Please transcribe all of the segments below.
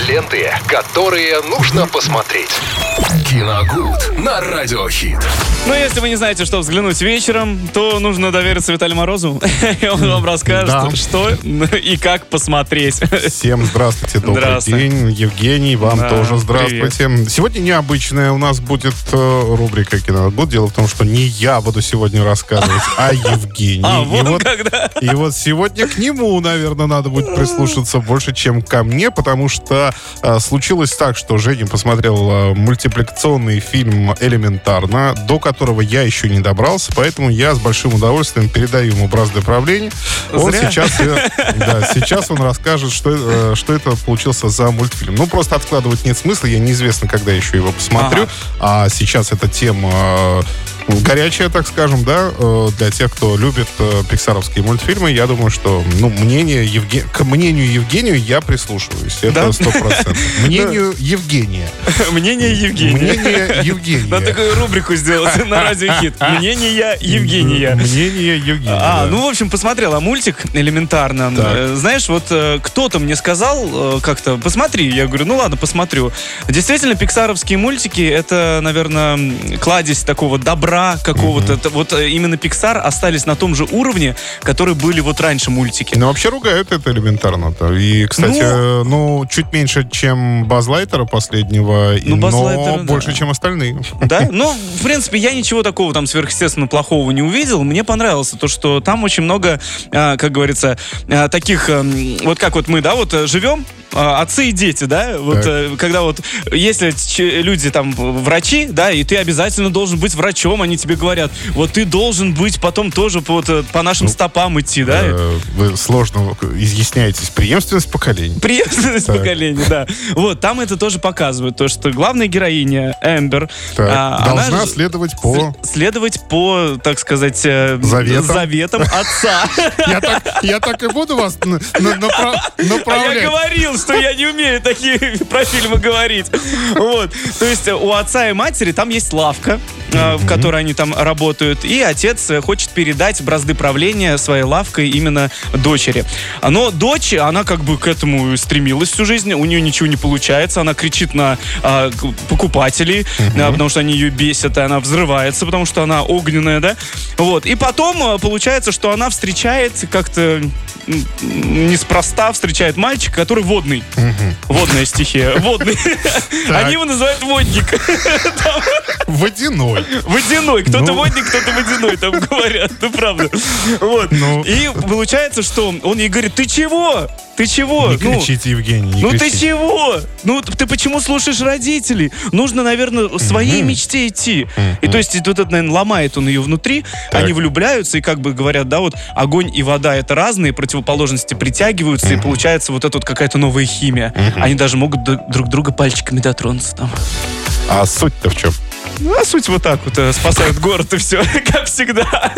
Ленты, которые нужно посмотреть. Киногуд на Радиохит. Ну, если вы не знаете, что взглянуть вечером, то нужно довериться Виталию Морозу. И он вам расскажет, что и как посмотреть. Всем здравствуйте, добрый день. Евгений, вам тоже здравствуйте. Привет. Сегодня необычная у нас будет рубрика «Киногуд». Дело в том, что не я буду сегодня рассказывать, а Евгений. И вот сегодня к нему, наверное, надо будет прислушаться больше, чем ко мне, потому что случилось так, что Женя посмотрел мультипликационный фильм «Элементарно», до которого я еще не добрался, поэтому я с большим удовольствием передаю ему бразды правления. Он сейчас он расскажет, что это получился за мультфильм. Ну, просто откладывать нет смысла, я неизвестно, когда еще его посмотрю. А сейчас эта тема горячая, так скажем, да, для тех, кто любит пиксаровские мультфильмы. Я думаю, что, к мнению Евгения я прислушиваюсь. Это 100%. Мнению Евгения. Мнение Евгения. Мнение Евгения. Надо такую рубрику сделать на Радиохит. Мнение Евгения. Мнение Евгения. Ну, в общем, посмотрела мультик «Элементарно». Так. Знаешь, вот кто-то мне сказал как-то, посмотри. Я говорю, ну ладно, посмотрю. Действительно, пиксаровские мультики — это, наверное, кладезь такого добра какого-то. Вот именно Pixar остались на том же уровне, которые были вот раньше мультики. Ну, вообще ругают это элементарно-то. И, кстати, чуть меньше, чем Базз Лайтера последнего, но больше, чем остальные. Да? Ну, в принципе, я ничего такого там сверхъестественно плохого не увидел. Мне понравилось то, что там очень много, как говорится, таких, вот как вот мы, да, вот живем, отцы и дети, да, вот когда вот, если люди там врачи, да, и ты обязательно должен быть врачом, они тебе говорят, вот ты должен быть потом тоже по нашим стопам идти, да. Вы сложно изъясняетесь, преемственность поколений. Преемственность поколений, да. Вот, там это тоже показывают, то, что главная героиня, Эмбер, должна следовать по, так сказать, заветам отца. Я так и буду вас направлять. Я говорил, что я не умею такие про фильмы говорить. Вот. То есть у отца и матери там есть лавка, в которой они там работают, и отец хочет передать бразды правления своей лавкой именно дочери. Но дочь, она как бы к этому стремилась всю жизнь, у нее ничего не получается, она кричит на покупателей, потому что они ее бесят, и она взрывается, потому что она огненная, да? Вот. И потом получается, что она встречает как-то неспроста встречает мальчика, который водный. Водная стихия. Водный. Они его называют водник. Водяной. Водяной. Кто-то водник, кто-то водяной, там говорят. Ну, правда. Вот. И получается, что он ей говорит, ты чего? Ты чего? Не кричите, Евгений, не кричите. Ты чего? Ну, ты почему слушаешь родителей? Нужно, наверное, своей мечте идти. И то есть, вот это, наверное, ломает он ее внутри. Так. Они влюбляются, и как бы говорят, да, вот огонь и вода — это разные противоположности, притягиваются, и получается вот эта вот какая-то новая химия. Они даже могут друг друга пальчиками дотронуться там. А суть-то в чем? Ну, а суть вот так вот. Спасают город, и все, как всегда.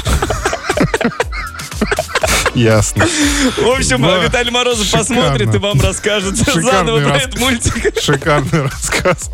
Ясно. В общем, Виталий Морозов посмотрит и вам расскажет заново про этот мультик. Шикарный рассказ.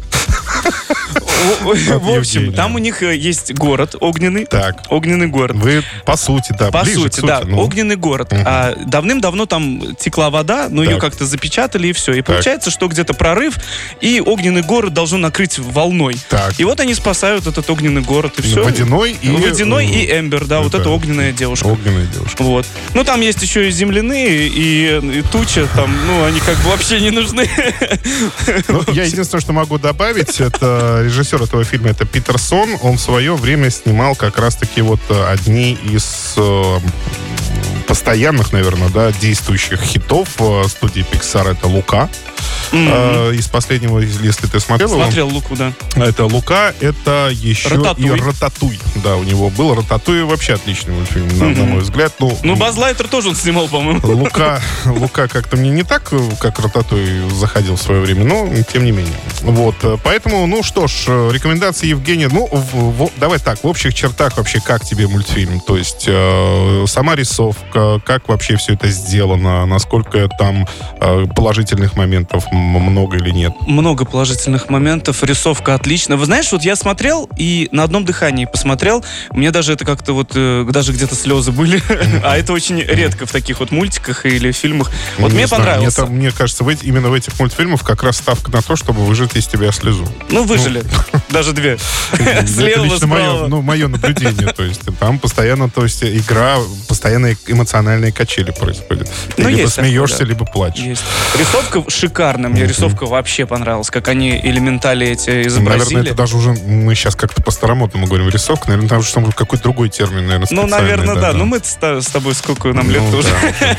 В общем, там у них есть город огненный. Так. Огненный город. Вы по сути, да. По сути, да. Огненный город. Давным-давно там текла вода, но ее как-то запечатали, и все. И получается, что где-то прорыв, и огненный город должен накрыть волной. И вот они спасают этот огненный город, и все. Водяной и Эмбер, да, вот это огненная девушка. Огненная девушка. Вот. Ну, там есть еще и земляные, и туча, там, ну, они как бы вообще не нужны. Я единственное, что могу добавить, это режиссер этого фильма, это Питер Сон. Он в свое время снимал как раз-таки вот одни из постоянных, наверное, да, действующих хитов студии Pixar. Это «Лука». Из последнего, если ты смотрел его. Смотрел «Луку», да. Это «Лука», это еще и «Рататуй». Да, у него был «Рататуй», вообще отличный мультфильм, на мой взгляд. Ну, Базз Лайтер тоже он снимал, по-моему. «Лука» как-то мне не так, как «Рататуй» заходил в свое время, но тем не менее. Вот, поэтому, ну что ж, рекомендации Евгения. Ну, давай так, в общих чертах вообще, как тебе мультфильм? То есть, сама рисовка, как вообще все это сделано, насколько там положительных моментов много или нет? Много положительных моментов. Рисовка отличная. Вы знаешь, вот я смотрел и на одном дыхании посмотрел. У меня даже это как-то вот, даже где-то слезы были. А это очень редко в таких вот мультиках или фильмах. Вот мне понравилось. Мне кажется, именно в этих мультфильмах как раз ставка на то, чтобы выжать из тебя слезу. Ну, выжили. Даже две. Слева, справа. Мое наблюдение. То есть там постоянно, игра, постоянно эмоциональные качели происходят. Ты либо смеешься, либо плачешь. Рисовка шикарная. Мне рисовка вообще понравилась. Как они элементали эти изобразили. Наверное, это даже уже мы сейчас как-то по-старомодному говорим рисовка. Наверное, там уже какой-то другой термин, наверное, специальный. Ну, наверное, да. Ну, мы с тобой сколько нам лет тоже.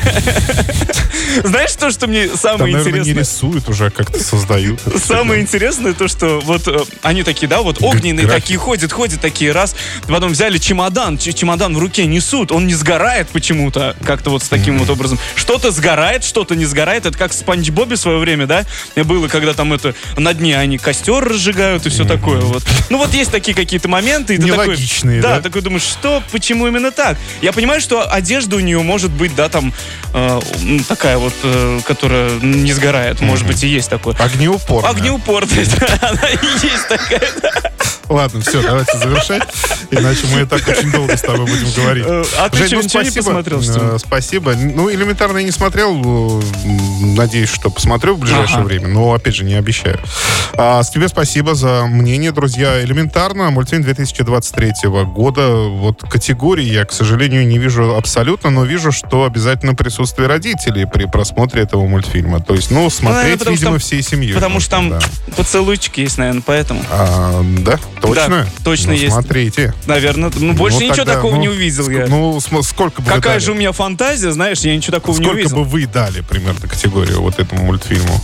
Знаешь, то, что мне самое интересное... Наверное, не рисуют уже, а как-то создают. Самое интересное то, что вот они такие, да, вот огненные такие ходят такие, раз. Потом взяли чемодан в руке несут, он не сгорает почему-то, как-то вот с таким вот образом. Что-то сгорает, что-то не сгорает. Это как в Спанч Бобе в свое время, да? Было, когда там на дне они костер разжигают и все такое вот. Ну вот есть такие какие-то моменты. И ты нелогичные, такой, да? Такой думаешь, что, почему именно так? Я понимаю, что одежда у нее может быть, да, там такая вот, которая не сгорает, может быть, и есть такое. Огнеупорная. Огнеупорная, она и есть такая, да. Ладно, все, давайте завершать, иначе мы и так очень долго с тобой будем говорить. А ты Жень, ничего не посмотрел? Спасибо. Ну, элементарно я не смотрел. Надеюсь, что посмотрю в ближайшее время, но, опять же, не обещаю. Тебе спасибо за мнение, друзья. Элементарно, мультфильм 2023 года. Вот категории я, к сожалению, не вижу абсолютно, но вижу, что обязательно присутствие родителей при просмотре этого мультфильма. То есть, смотреть, видимо, всей семьей. Потому что там поцелуйчики есть, наверное, поэтому. Да? Точно? Да, точно есть. Смотрите. Наверное. Больше ничего такого не увидел я. Сколько бы Какая же у меня фантазия, знаешь, я ничего такого не увидел. Сколько бы вы дали примерно категорию вот этому мультфильму?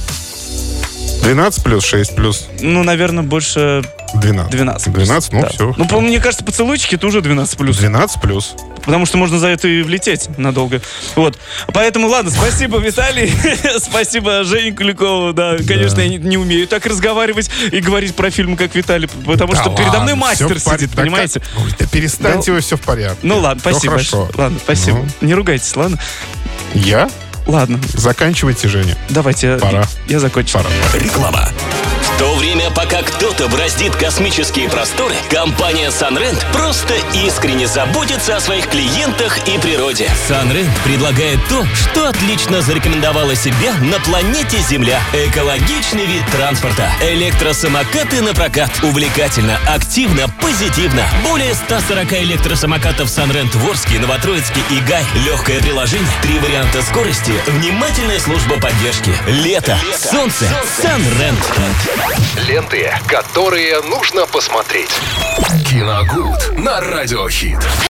12 плюс, 6 плюс? Ну, наверное, больше 12. 12, да. Все. Ну, мне кажется, поцелуйчики это уже 12 плюс. 12 плюс. Потому что можно за это и влететь надолго. Вот. Поэтому, ладно, спасибо, Виталий. Спасибо, Жене Куликову. Да, конечно, я не умею так разговаривать и говорить про фильмы, как Виталий. Потому что передо мной мастер сидит, понимаете? Да перестаньте, вы все в порядке. Ну, ладно, спасибо большое. Ладно, спасибо. Не ругайтесь, ладно? Я? Ладно. Заканчивайте, Женя. Давайте. Пора. Я закончу. Пора. Реклама. В то время, пока кто-то бороздит космические просторы, компания Sunrent просто искренне заботится о своих клиентах и природе. Sunrent предлагает то, что отлично зарекомендовало себя на планете Земля. Экологичный вид транспорта. Электросамокаты на прокат. Увлекательно, активно, позитивно. Более 140 электросамокатов Sunrent в Орске, Новотроицке и Гай. Легкое приложение, 3 варианта скорости, внимательная служба поддержки. Лето, солнце, Sunrent. Ленты, которые нужно посмотреть. Киногуд на Радиохит.